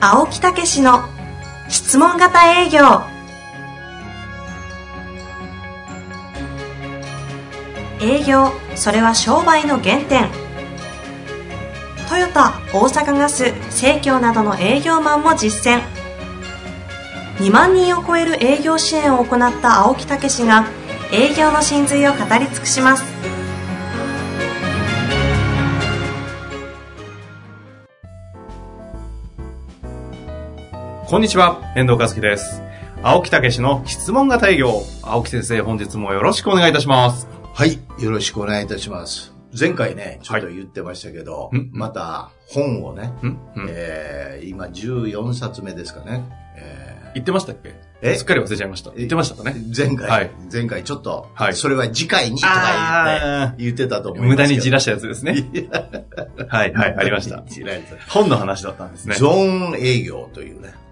青木武の質問型営業。営業、それは商売の原点。トヨタ、大阪ガス、生協などの営業マンも実践。2万人を超える営業支援を行った青木武が営業の真髄を語り尽くします。 こんにちは、遠藤和樹です。青木武の質問型営業。青木先生、本日もよろしくお願いいたします。 はい、よろしくお願いいたします。前回ね、ちょっと言ってましたけど、また本をね、今14冊目ですかね。 言ってましたっけ？すっかり忘れちゃいました。言ってましたかね？ 前回ちょっと、それは次回にとか言ってたと思いますけど。 無駄にじらしたやつですね。はい、ありました。本の話だったんですね。 ゾーン営業というね。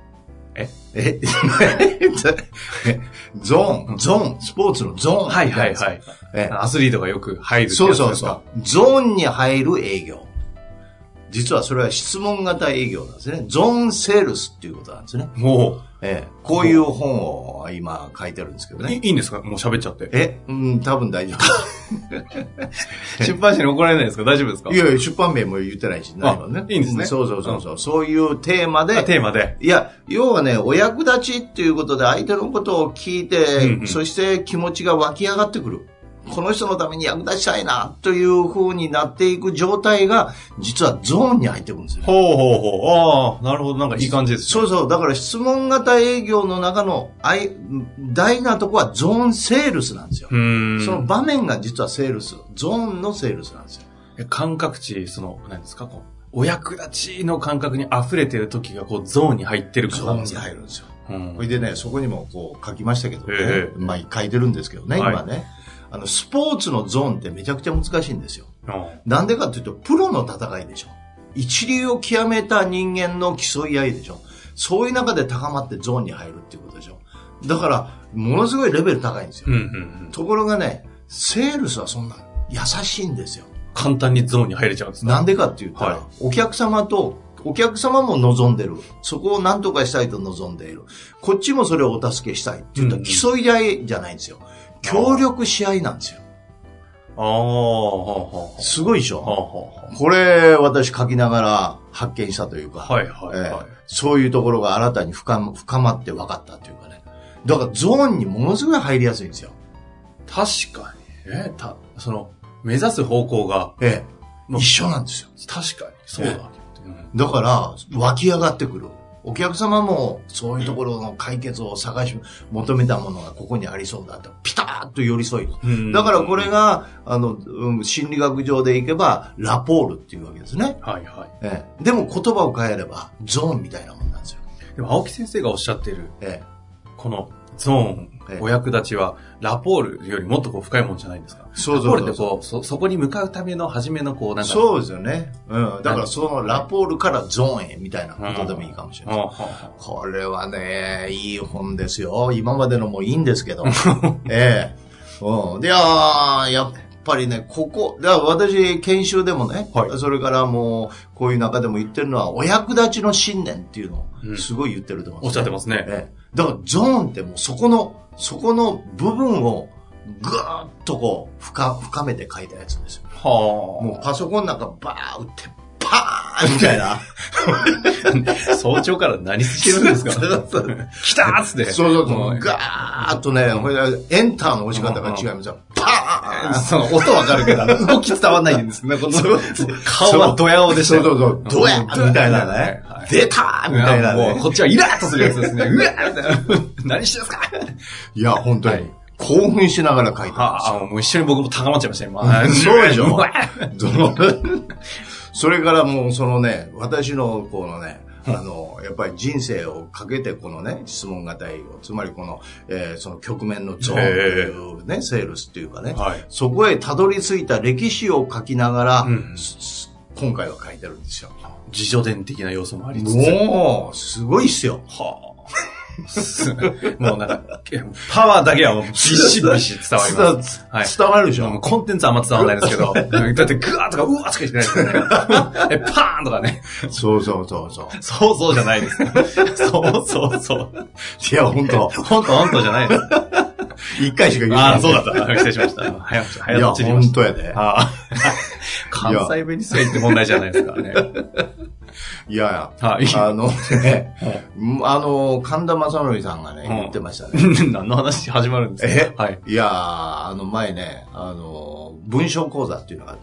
ゾーン、スポーツのゾーン。 はい。アスリートがよく入るってやつですか？そう。ゾーンに入る営業。実はそれは質問型営業なんですね。ゾーンセールスっていうことなんですね。こういう本を今書いてるんですけどね。 いいんですか？もう喋っちゃって。 多分大丈夫。出版社に怒られないですか？大丈夫ですか？ いや、出版名も言ってないし、何もね。 いいんですね。 そう。そういうテーマで。 いや、要はね、お役立ちっていうことで相手のことを聞いて、そして気持ちが湧き上がってくる。この人のために役立ちたいなという風になっていく状態が実はゾーンに入ってくるんですよ。 なるほど。なんかいい感じですね。 そう。だから質問型営業の中の大事なとこはゾーンセールスなんですよ。その場面が実はセールス、ゾーンのセールスなんですよ。 感覚値、何ですか、お役立ちの感覚に溢れてる時がゾーンに入ってるから。 ゾーンに入るんですよ。それでね、そこにも書きましたけどね。書いてるんですけどね、今ね。スポーツのゾーンってめちゃくちゃ難しいんですよ。なんでかっていうと、プロの戦いでしょ。一流を極めた人間の競い合いでしょ。そういう中で高まってゾーンに入るっていうことでしょ。だから、ものすごいレベル高いんですよ。ところがね、セールスはそんな優しいんですよ。 簡単にゾーンに入れちゃうんですか？ なんでかって言ったら、お客様も望んでる。そこを何とかしたいと望んでいる。こっちもそれをお助けしたいって言ったら競い合いじゃないんですよ。協力し合いなんですよ。すごいでしょ。これ私書きながら発見したというか、そういうところが新たに深まって分かったというかね。だからゾーンにものすごい入りやすいんですよ。 確かに。目指す方向が、 一緒なんですよ。 確かに。そうだ。 だから湧き上がってくる。お客様もそういうところの解決を求めたものがここにありそうだと、ピタッと寄り添い。だからこれが、心理学上でいけば、ラポールっていうわけですね。でも言葉を変えれば、ゾーンみたいなもんなんですよ。 でも青木先生がおっしゃっている、このゾーン、お役立ちは、ラポールよりもっと深いもんじゃないんですか？ラポールってそこに向かうための初めのそうですよね。だからそのラポールからゾーンへみたいなことでもいいかもしれない。これはね、いい本ですよ。今までのもいいんですけど。で、やっぱりね、私、研修でもね、それからもう、こういう中でも言ってるのは、お役立ちの信念っていうのを、すごい言ってると思うんですおっしゃってますね。 だから、ゾーンってもうそこの部分を、ぐーっと深めて書いたやつですよ。もうパソコンなんかバー打って、パーンみたいな。 早朝から何してるんですか？来たーっつって。 そうガーッとね、エンターの押し方が違いますよ。パーン音わかるけど、動き伝わんないんですね。顔はドヤ顔でした。 そうドヤーみたいなね。出たーみたいなね。 もうこっちはイラッとするやつですね。うわーみたいな。何してんすか？ いや、本当に。興奮しながら書いてますもう一緒に僕も高まっちゃいました、今。 そうでしょ。それからもう私のやっぱり人生をかけてこのね、質問型営業、つまりその局面のゾーンというね、セールスっていうかね、そこへたどり着いた歴史を書きながら、今回は書いてるんですよ。 自叙伝的な要素もありつつ。 もう、すごいっすよ。 もうなんか、パワーだけはもうビシビシ伝わります。 はい、伝わるでしょ。 もうコンテンツはあんま伝わらないですけど、だってグワーとかうわーしか言ってないですよね。パーンとかね。 そうじゃないです。そう。 いや、本当じゃないです。 一回しか言ってない。 あ、そうだった。失礼しました。早とちりました。いや、本当やで。 関西弁にすりゃいいって問題じゃないですからね。 いや、 はい、 神田正則さんがね、言ってましたね。 何の話始まるんですか？はい。 いや、前ね、文章講座っていうのがあって、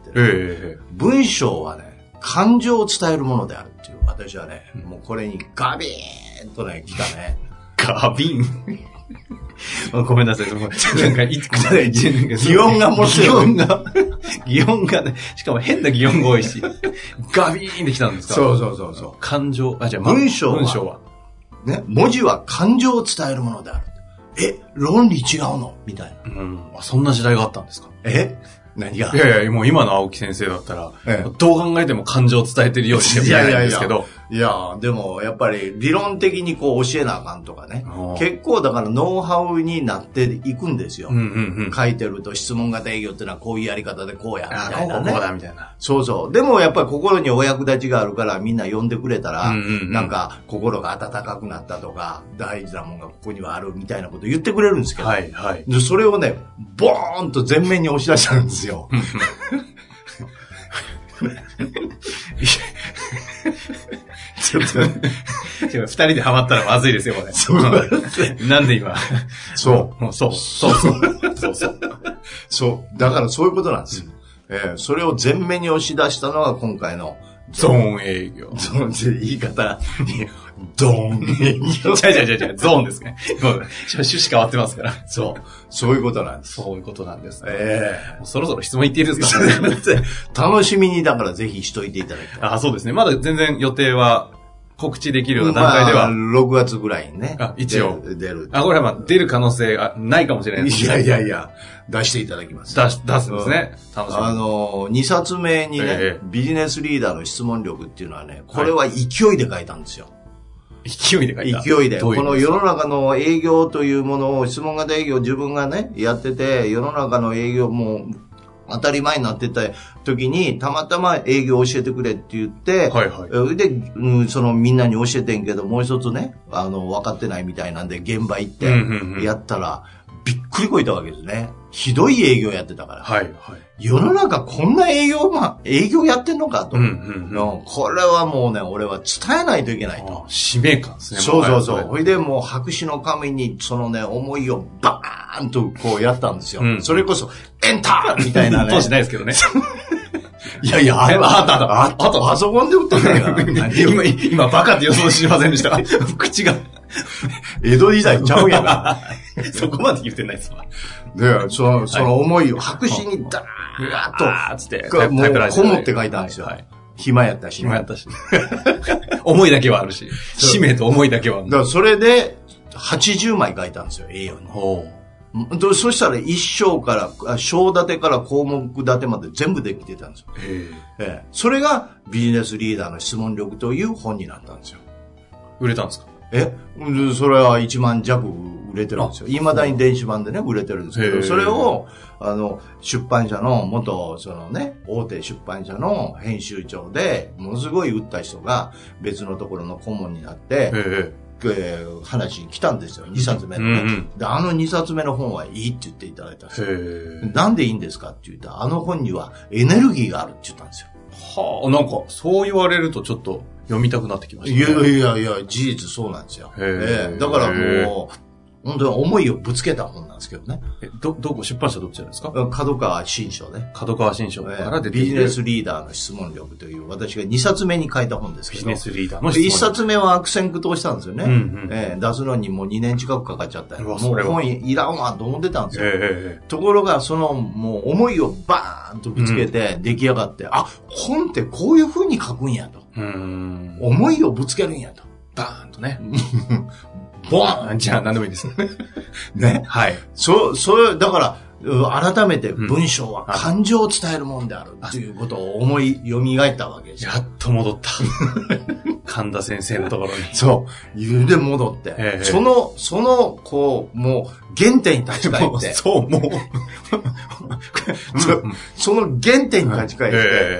文章はね、感情を伝えるものであるっていう、私はね、もうこれにガビーンとね、来たね。 ガビーンごめんなさい。なんか、 擬音がもちろん。 擬音がね、しかも変な擬音が多いし、ガビーンってきたんですか？ そう。 感情、じゃあ、 文章は、ね、文字は感情を伝えるものである。論理違うのみたいな。そんな時代があったんですか？ 何が？ いや、もう今の青木先生だったら、どう考えても感情を伝えてるようにしか見えないんですけど。 いや、でもやっぱり理論的にこう教えなあかんとかね。結構だからノウハウになっていくんですよ。書いてると質問型営業ってのはこういうやり方でこうや、みたいなね。 こうだ、みたいな。 そう。でもやっぱり心にお役立ちがあるからみんな読んでくれたら、なんか心が温かくなったとか、大事なもんがここにはあるみたいなこと言ってくれるんですけど。それをね、ボーンと前面に押し出したんですよ。 ちょっと、二人でハマったらまずいですよ、これ。なんで今。 そう。だからそういうことなんですよ。それを前面に押し出したのが今回のゾーン営業。 言い方、ドーン営業。 違う、ゾーンですね。趣旨変わってますから。 そういうことなんです。 そういうことなんです。そろそろ質問言っていいですか？ 楽しみにだからぜひしといていただきたい。 そうですね。まだ全然予定は告知できるような段階では。 6月ぐらいにね。 一応。 出る。 これは出る可能性がないかもしれないです。 いや、出していただきます。 出すんですね。楽しみ。 2冊目にね、ビジネスリーダーの質問力っていうのはね、これは勢いで書いたんですよ。 勢いで書いた。 勢いで。この世の中の営業というものを、質問型営業自分がね、やってて、世の中の営業も当たり前になってた時に、たまたま営業を教えてくれって言って、で、みんなに教えてんけど、もう一つね、分かってないみたいなんで、現場行って、やったら、びっくりこいたわけですね。ひどい営業やってたから。世の中こんな営業やってんのかと。これはもうね、俺は伝えないといけないと。 使命感ですね。 そう。ほいでもう白紙の紙にそのね、思いをバーンとこうやったんですよ。それこそ、エンターみたいなね。 当時ないですけどね。 いや、あとパソコンで打ってないから。 今バカって予想しませんでした。口が。 江戸時代ちゃうやん。 そこまで言ってないですわ。 で、その思いを白紙にダーッと、 つって、 もうこもって書いたんですよ。暇やったし。 思いだけはあるし。使命と思いだけはある。 だからそれで80枚書いたんですよ、栄養に。そしたら1章から、章立てから項目立てまで全部できてたんですよ。それがビジネスリーダーの質問力という本になったんですよ。 売れたんですか？ それは1万弱売れてるんですよ。未だに電子版でね、売れてるんですけど、それを、出版社の元、大手出版社の編集長で、ものすごい売った人が別のところの顧問になって、話に来たんですよ、2冊目のね。で、2冊目の本はいいって言っていただいたんですよ。なんでいいんですかって言ったら、本にはエネルギーがあるって言ったんですよ。 なんか、そう言われるとちょっと読みたくなってきましたね。いや、事実そうなんですよ。だからもう、本当に思いをぶつけた本なんですけどね。 どこ、出版社どっちなんですか？ 角川新書ね。 角川新書から出てビジネスリーダーの質問力という、私が2冊目に書いた本ですけど。 ビジネスリーダーの質問力。 1冊目は悪戦苦闘したんですよね。出すのにもう2年近くかかっちゃったよ。もう本いらんわと思ってたんですよ。ところが、もう思いをバーンとぶつけて出来上がって、本ってこういう風に書くんやと。思いをぶつけるんやと。 バーンとね。 ボーンじゃあ何でもいいです。 ね。 はい。 だから、 改めて文章は感情を伝えるもんであるっていうことを思い蘇ったわけですよ。 やっと戻った。神田先生のところに。 そう。で戻って。その、こう、もう、原点に立ち返って。 そう、もう。 その原点に立ち返って、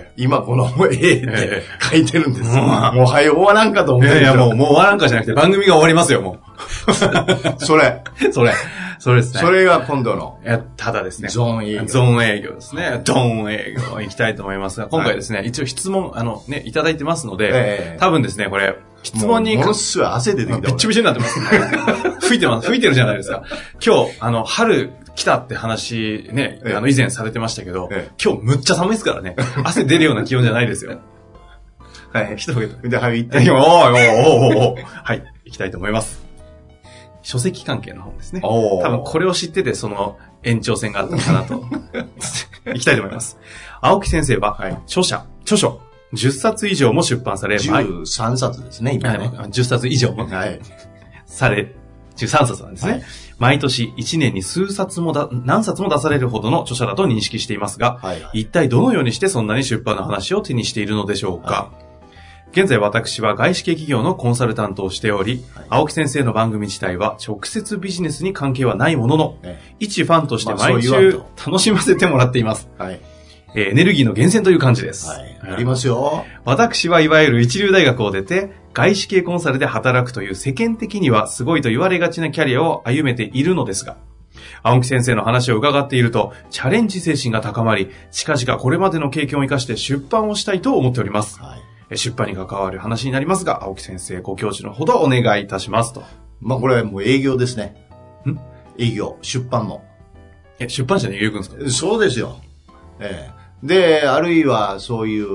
今このって書いてるんです。もう終わらんかと思って。 いや、もう終わらんかじゃなくて番組が終わりますよ、もう。それですね。 それが今度の。 ただですね。 ゾーン営業。 ゾーン営業ですね。ドーン営業行きたいと思いますが、今回ですね、一応質問、いただいてますので、多分ですね、これ、質問に。 ものすごい汗出てきた。 びっちびちになってますね。吹いてるじゃないですか。今日、春来たって話ね、以前されてましたけど、今日むっちゃ寒いですからね。汗出るような気温じゃないですよ。 はい。 一言。 で、はい、行って。 はい、行きたいと思います。書籍関係の本ですね。多分これを知ってて、その延長線があったのかなと。行きたいと思います。青木先生は、著書、10冊以上も出版され、 13冊ですね、今ね。 10冊以上も、され、13冊なんですね。毎年1年に何冊も出されるほどの著者だと認識していますが、一体どのようにしてそんなに出版の話を手にしているのでしょうか。現在私は外資系企業のコンサルタントをしており、青木先生の番組自体は直接ビジネスに関係はないものの、一ファンとして毎週楽しませてもらっています。エネルギーの源泉という感じです。 ありますよ。 私はいわゆる一流大学を出て、外資系コンサルで働くという世間的にはすごいと言われがちなキャリアを歩めているのですが、青木先生の話を伺っていると、チャレンジ精神が高まり、近々これまでの経験を生かして出版をしたいと思っております。出版に関わる話になりますが、青木先生ご教授のほどお願いいたしますと。 これはもう営業ですね。営業、出版も。 出版社に入れるんですか？ そうですよ。で、あるいはそういう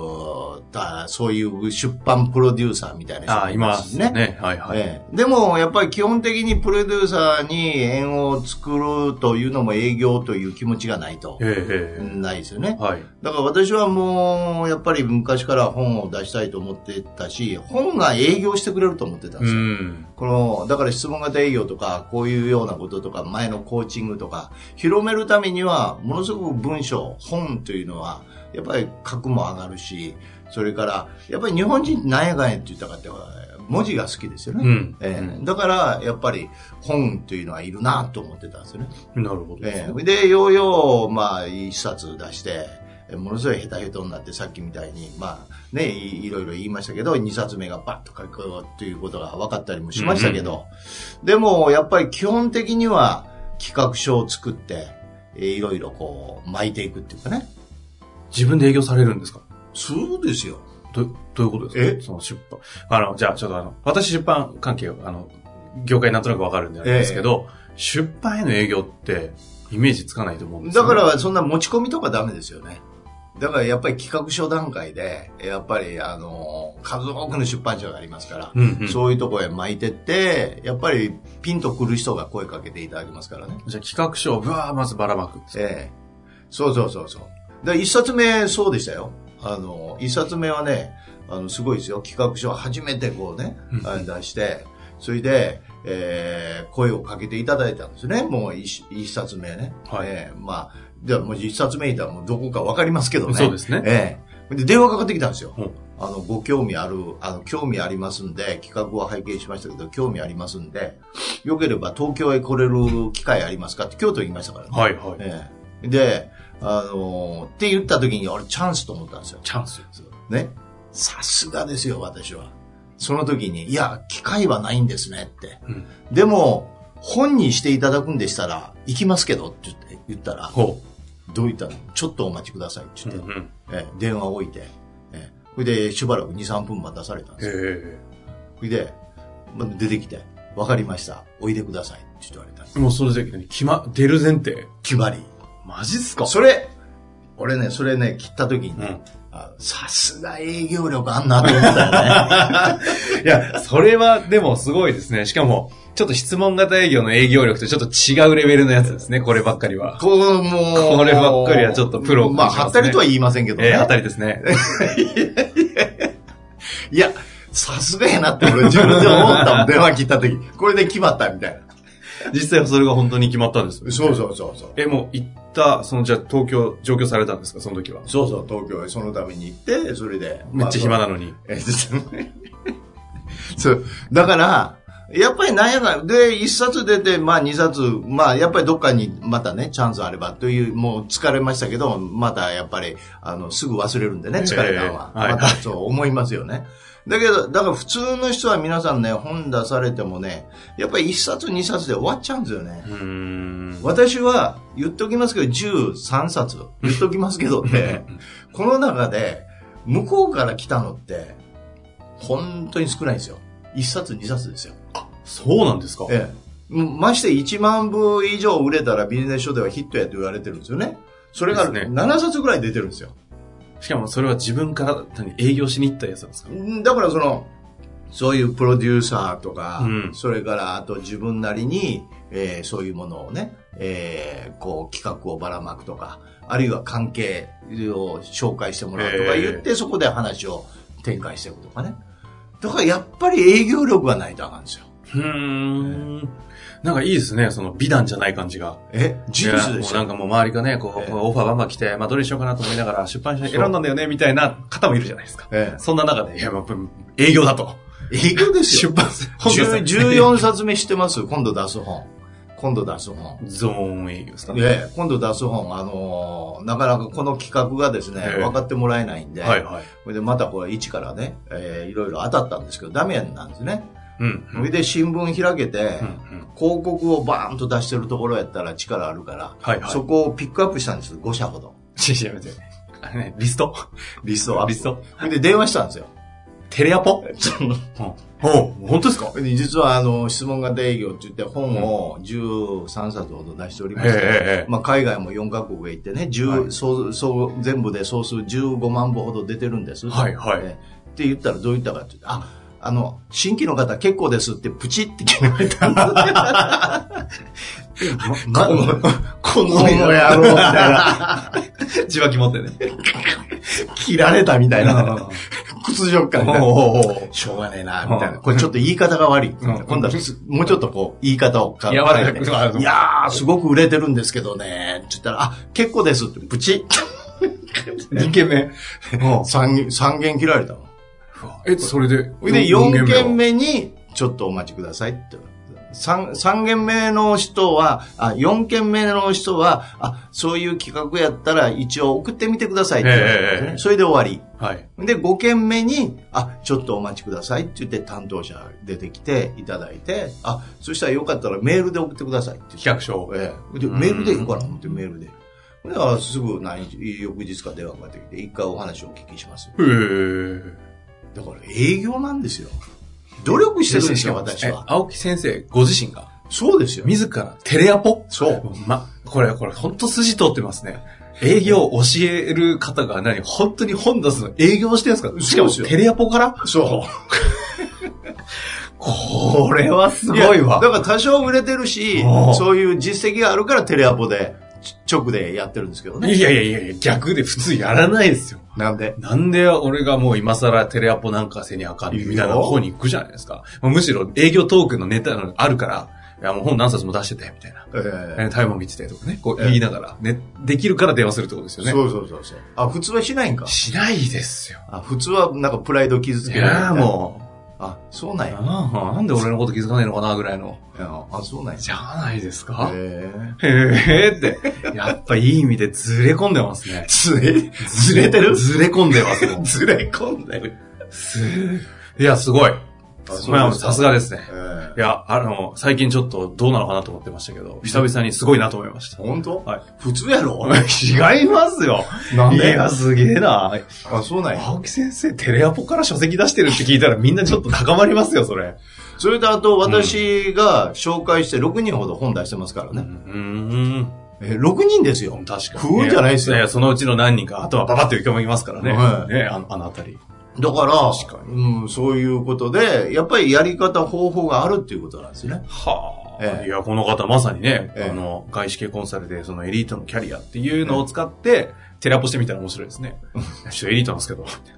出版プロデューサーみたいな人いますね。 でも、やっぱり基本的にプロデューサーに縁を作るというのも営業という気持ちがないと。ないですよね。だから私はもう、やっぱり昔から本を出したいと思ってたし、本が営業してくれると思ってたんですよ。だから質問型営業とか、こういうようなこととか、前のコーチングとか、広めるためには、ものすごく文章、本というのは、やっぱり格も上がるし、それから、やっぱり日本人なんやかんやって言ったかって、文字が好きですよね。だから、やっぱり本というのはいるなと思ってたんですよね。 なるほど。 で、ようよう、一冊出して、ものすごいヘタヘタになって、さっきみたいに、いろいろ言いましたけど、2冊目がバッと書くということが分かったりもしましたけど、でも、やっぱり基本的には企画書を作って、いろいろこう、巻いていくっていうかね。 自分で営業されるんですか？ そうですよ。 どういうことですか？その出版。じゃあちょっと私出版関係業界なんとなくわかるんじゃないですけど、出版への営業ってイメージつかないと思うんですよ、 だからそんな持ち込みとかダメですよね。だからやっぱり企画書段階で、やっぱり数多くの出版社がありますから、そういうところへ巻いてって、やっぱりピンとくる人が声かけていただきますからね。 じゃあ企画書をまずばらまくんですか？ そう。で、一冊目そうでしたよ。一冊目はね、すごいですよ。企画書を初めてこうね、出して、それで、声をかけていただいたんですね。もう一冊目ね。でもう一冊目いたらもうどこかわかりますけどね。 そうですね。 で、電話かかってきたんですよ。ご興味ありますんで、企画は拝見しましたけど、興味ありますんで、よければ東京へ来れる機会ありますかって京都言いましたからね。で、って言った時に俺チャンスと思ったんですよ。 チャンスね。さすがですよ、私は。その時に、いや、機会はないんですねって。でも、本にしていただくんでしたら、行きますけどって言ったら、どう言ったの？ちょっとお待ちくださいって言って、電話を置いて、それでしばらく2、3分待たされたんですよ。それで、出てきて、わかりました。おいでくださいって言われたんです。 もうそれで、出る前提。 決まり。 マジっすか？ 俺ね、それね、切った時に、さすが営業力あんなと思ったよね。 いや、それはでもすごいですね。しかも、ちょっと質問型営業の営業力とちょっと違うレベルのやつですね、こればっかりは。 こればっかりはちょっとプロ、 はったりとは言いませんけどね。 はったりですね。 いや、さすがやなって俺自分で思ったもん、電話切った時。これで決まったみたいな。 実際はそれが本当に決まったんですよ、ね。 そう。 もう行った、じゃあ東京、上京されたんですか、その時は。 そう、東京へそのために行って、それで。 めっちゃ暇なのに。 そう。だから、やっぱりなんやかんで、一冊出て、まあ二冊、まあやっぱりどっかにまたね、チャンスあればという、もう疲れましたけど、またやっぱり、すぐ忘れるんでね、疲れたのは。またそう思いますよね。だけど、だから普通の人は皆さんね、本出されてもね、やっぱり一冊二冊で終わっちゃうんですよね。私は言っときますけど、13冊言っときますけどね、この中で、向こうから来たのって、本当に少ないんですよ。一冊二冊ですよ。 あ、そうなんですか。 まして1万部以上売れたらビジネス書ではヒットやと言われてるんですよね。それが7冊ぐらい出てるんですよ。 しかもそれは自分から営業しに行ったやつなんですか。 だからそういうプロデューサーとか、それからあと自分なりに、そういうものをね、こう企画をばらまくとか、あるいは関係を紹介してもらうとか言って、そこで話を展開していくとかね。だからやっぱり営業力がないとあかんですよ。 なんかいいですね、その美談じゃない感じが。 事実ですよ。 なんかもう周りがね、こう、オファーバンバン来て、まあどれにしようかなと思いながら出版社選んだんだよね、みたいな方もいるじゃないですか。そんな中で、いや、営業だと。 営業ですよ。 出版 14冊目知ってます？今度出す本。 ゾーン営業ですか？ 今度出す本、なかなかこの企画がですね、分かってもらえないんで、それでまたこれ一からね、いろいろ当たったんですけど、ダメなんですね。それで新聞開けて、広告をバーンと出してるところやったら力あるから、そこをピックアップしたんです。5社ほど。 やめて。リスト。 それで電話したんですよ。 テレアポ本当ですか？ 実は質問型営業って言って本を13冊ほど出しておりまして、まあ海外も4カ国へ行ってね、全部で総数15万部ほど出てるんです。って言ったらどう言ったかって言って、新規の方結構ですってプチって決められたんです。この野郎みたいな。 受話器持ってね。 切られたみたいな。屈辱感みたいな。しょうがねえな、みたいな。これちょっと言い方が悪い。今度はもうちょっとこう、言い方を変えて。いやー、すごく売れてるんですけどね。って言ったら、結構ですってプチ 2件目。 3件切られたの。 それで 4件目に、ちょっとお待ちくださいって。3件目の人は、4件目の人は、そういう企画やったら一応送ってみてくださいって言われたんですね。それで終わり。で、5件目に、ちょっとお待ちくださいって言って担当者出てきていただいて、そしたらよかったらメールで送ってくださいって企画書。 で、メールでいいかな思ってメールで。すぐ翌日か電話がかかってきて、一回お話をお聞きします。だから営業なんですよ。努力してるんですよ、私は。 青木先生ご自身が。 そうですよ。 自らテレアポ？ そう。 これ本当筋通ってますね。営業を教える方が本当に本出すの営業してるんですか？しかもテレアポから？ そう。 これはすごいわ。 だから多少売れてるし、そういう実績があるからテレアポで、直でやってるんですけどね。 いや、逆で普通やらないですよ。 なんで俺がもう今更テレアポなんかせにあかんみたいな方に行くじゃないですか。むしろ営業トークのネタがあるから、いやもう本何冊も出してて、みたいな。タイム見ててとかね、こう言いながら、ね、できるから電話するってことですよね。 そう。普通はしないんか？ しないですよ。 普通はなんかプライド傷つける。 いやもう。 そうなんや。 なんで俺のこと気づかないのかなぐらいの。 そうなんや。 じゃないですか。へーって。やっぱいい意味でずれ込んでますね。 ずれてる？ ずれ込んでますもん。 ずれ込んでる。 いや、すごい。さすがですね。いや、最近ちょっとどうなのかなと思ってましたけど、久々にすごいなと思いました。 本当？ はい。 普通やろ？ 違いますよ。 なんで？ いや、すげえな。 そうなんや。 青木先生、テレアポから書籍出してるって聞いたらみんなちょっと高まりますよ、それ。 それとあと、私が紹介して6人ほど本出してますからね。6人ですよ。 確かに。 不運じゃないですよ。 いや、そのうちの何人か、あとはババッと浮かびますからね。あのあたり。 だから、そういうことで、やっぱりやり方、方法があるっていうことなんですね。 いや、この方まさにね、外資系コンサルで、そのエリートのキャリアっていうのを使って、テレアポしてみたら面白いですね。エリートなんですけど、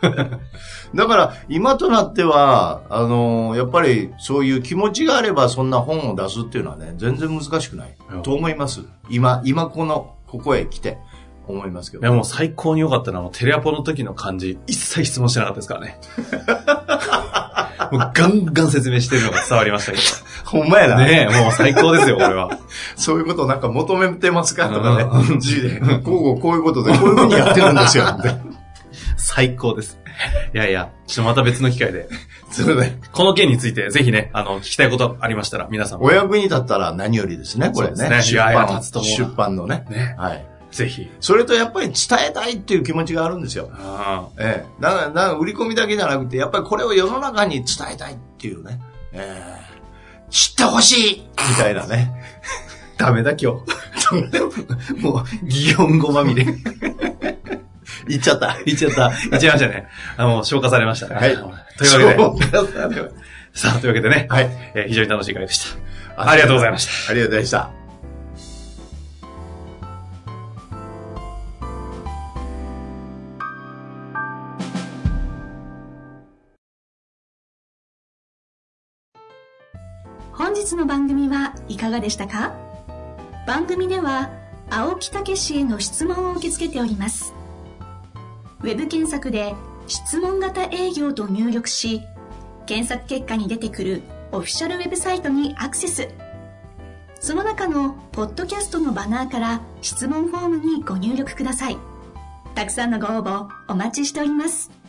だから、今となっては、やっぱりそういう気持ちがあればそんな本を出すっていうのはね、全然難しくないと思います。今ここへ来て思いますけど。 いやもう最高に良かったのは、テレアポの時の感じ、一切質問してなかったですからね。もうガンガン説明してるのが伝わりましたけど。 ほんまやな。 ねえ、もう最高ですよ、これは。 そういうことなんか求めてますかとかね。G で、こういうことで、こういうふうにやってるんですよ。 最高です。いやいや、ちょっとまた別の機会で。 そうね。 この件について、ぜひね、聞きたいことありましたら、皆さんも。 お役に立ったら何よりですね、これね。 そうですね。 出版のね。 はい。ぜひ。 それとやっぱり伝えたいっていう気持ちがあるんですよ。だから売り込みだけじゃなくて、やっぱりこれを世の中に伝えたいっていうね。知ってほしいみたいなね。 ダメだ今日。もう、擬音語まみれ。 言っちゃいましたね。もう消化されましたね。 はい。 というわけで。さあ、というわけでね。 はい。 非常に楽しい会でした。ありがとうございました。 ありがとうございました。 本日の番組はいかがでしたか？番組では青木武氏への質問を受け付けております。ウェブ検索で質問型営業と入力し、検索結果に出てくるオフィシャルウェブサイトにアクセス。その中のポッドキャストのバナーから質問フォームにご入力ください。たくさんのご応募お待ちしております。